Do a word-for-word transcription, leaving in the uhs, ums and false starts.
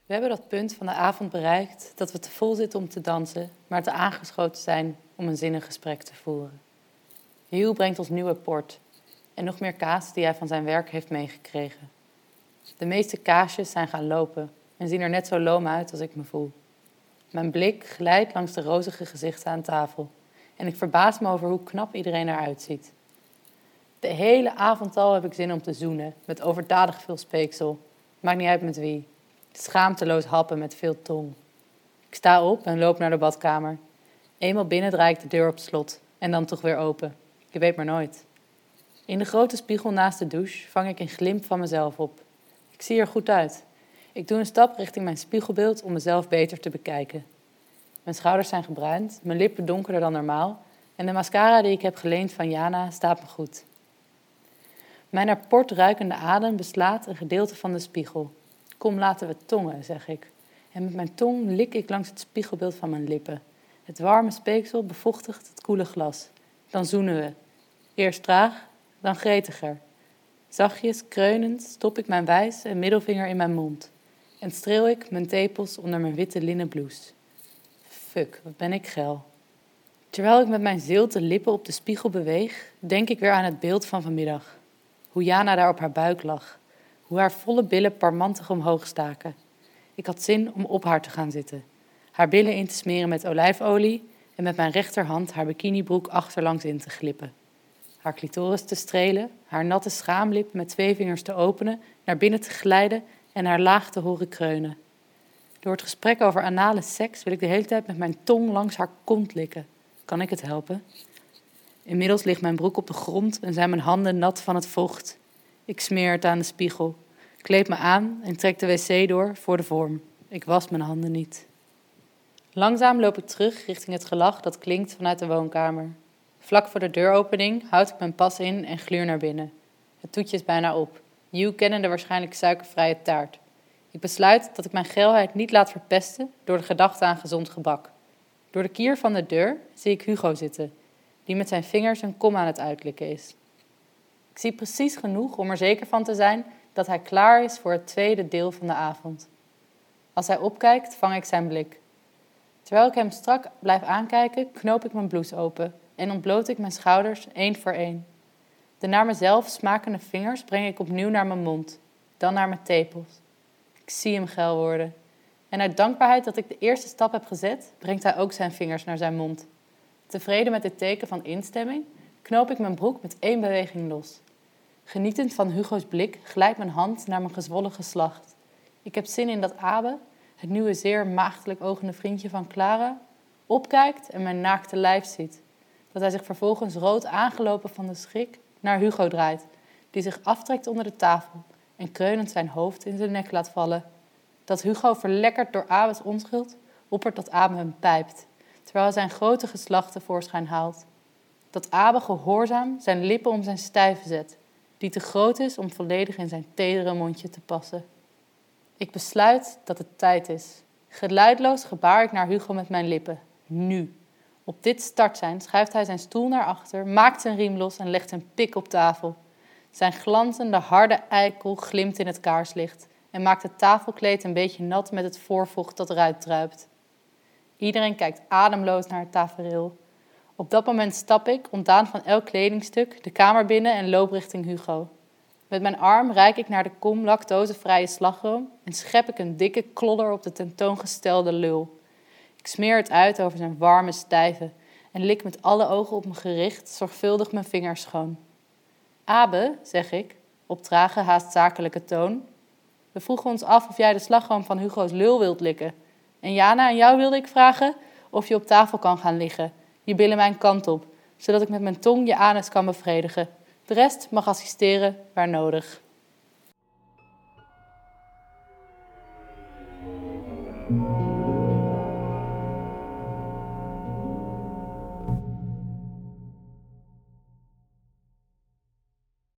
We hebben dat punt van de avond bereikt dat we te vol zitten om te dansen, maar te aangeschoten zijn om een zinnig gesprek te voeren. Hugh brengt ons nieuwe port en nog meer kaas die hij van zijn werk heeft meegekregen. De meeste kaasjes zijn gaan lopen en zien er net zo loom uit als ik me voel. Mijn blik glijdt langs de rozige gezichten aan tafel en ik verbaas me over hoe knap iedereen eruit ziet. De hele avond al heb ik zin om te zoenen, met overdadig veel speeksel. Maakt niet uit met wie. Schaamteloos happen met veel tong. Ik sta op en loop naar de badkamer. Eenmaal binnen draai ik de deur op slot en dan toch weer open. Je weet maar nooit. In de grote spiegel naast de douche vang ik een glimp van mezelf op. Ik zie er goed uit. Ik doe een stap richting mijn spiegelbeeld om mezelf beter te bekijken. Mijn schouders zijn gebruind, mijn lippen donkerder dan normaal en de mascara die ik heb geleend van Jana staat me goed. Mijn naar port ruikende adem beslaat een gedeelte van de spiegel. Kom, laten we tongen, zeg ik. En met mijn tong lik ik langs het spiegelbeeld van mijn lippen. Het warme speeksel bevochtigt het koele glas. Dan zoenen we. Eerst traag, dan gretiger. Zachtjes, kreunend, stop ik mijn wijs en middelvinger in mijn mond. En streel ik mijn tepels onder mijn witte linnen blouse. Fuck, wat ben ik geil. Terwijl ik met mijn zilte lippen op de spiegel beweeg, denk ik weer aan het beeld van vanmiddag. Hoe Jana daar op haar buik lag. Hoe haar volle billen parmantig omhoog staken. Ik had zin om op haar te gaan zitten. Haar billen in te smeren met olijfolie en met mijn rechterhand haar bikinibroek achterlangs in te glippen. Haar clitoris te strelen, haar natte schaamlip met twee vingers te openen, naar binnen te glijden en haar laag te horen kreunen. Door het gesprek over anale seks wil ik de hele tijd met mijn tong langs haar kont likken. Kan ik het helpen? Inmiddels ligt mijn broek op de grond en zijn mijn handen nat van het vocht. Ik smeer het aan de spiegel, kleed me aan en trek de wc door voor de vorm. Ik was mijn handen niet. Langzaam loop ik terug richting het gelach dat klinkt vanuit de woonkamer. Vlak voor de deuropening houd ik mijn pas in en gluur naar binnen. Het toetje is bijna op. Hugh kennende waarschijnlijk suikervrije taart. Ik besluit dat ik mijn geilheid niet laat verpesten door de gedachte aan gezond gebak. Door de kier van de deur zie ik Hugo zitten, die met zijn vingers een kom aan het uitlikken is. Ik zie precies genoeg om er zeker van te zijn dat hij klaar is voor het tweede deel van de avond. Als hij opkijkt, vang ik zijn blik. Terwijl ik hem strak blijf aankijken, knoop ik mijn blouse open en ontbloot ik mijn schouders één voor één. De naar mezelf smakende vingers breng ik opnieuw naar mijn mond, dan naar mijn tepels. Ik zie hem geil worden. En uit dankbaarheid dat ik de eerste stap heb gezet, brengt hij ook zijn vingers naar zijn mond. Tevreden met dit teken van instemming, knoop ik mijn broek met één beweging los. Genietend van Hugo's blik glijdt mijn hand naar mijn gezwollen geslacht. Ik heb zin in dat Abe, het nieuwe zeer maagdelijk ogende vriendje van Clara, opkijkt en mijn naakte lijf ziet. Dat hij zich vervolgens rood aangelopen van de schrik naar Hugo draait, die zich aftrekt onder de tafel en kreunend zijn hoofd in zijn nek laat vallen. Dat Hugo, verlekkerd door Abe's onschuld, oppert dat Abe hem pijpt, terwijl hij zijn grote geslacht tevoorschijn haalt. Dat Abe gehoorzaam zijn lippen om zijn stijve zet, die te groot is om volledig in zijn tedere mondje te passen. Ik besluit dat het tijd is. Geluidloos gebaar ik naar Hugo met mijn lippen. Nu. Op dit startsein schuift hij zijn stoel naar achter, maakt zijn riem los en legt zijn pik op tafel. Zijn glanzende, harde eikel glimt in het kaarslicht en maakt het tafelkleed een beetje nat met het voorvocht dat eruit druipt. Iedereen kijkt ademloos naar het tafereel. Op dat moment stap ik, ontdaan van elk kledingstuk, de kamer binnen en loop richting Hugo. Met mijn arm reik ik naar de kom lactosevrije slagroom en schep ik een dikke klodder op de tentoongestelde lul. Ik smeer het uit over zijn warme stijve en lik met alle ogen op me gericht zorgvuldig mijn vingers schoon. Abe, zeg ik, op trage, haast zakelijke toon. We vroegen ons af of jij de slagroom van Hugo's lul wilt likken. En Jana, aan jou wilde ik vragen of je op tafel kan gaan liggen, je billen mijn kant op, zodat ik met mijn tong je anus kan bevredigen. De rest mag assisteren waar nodig. Thank you.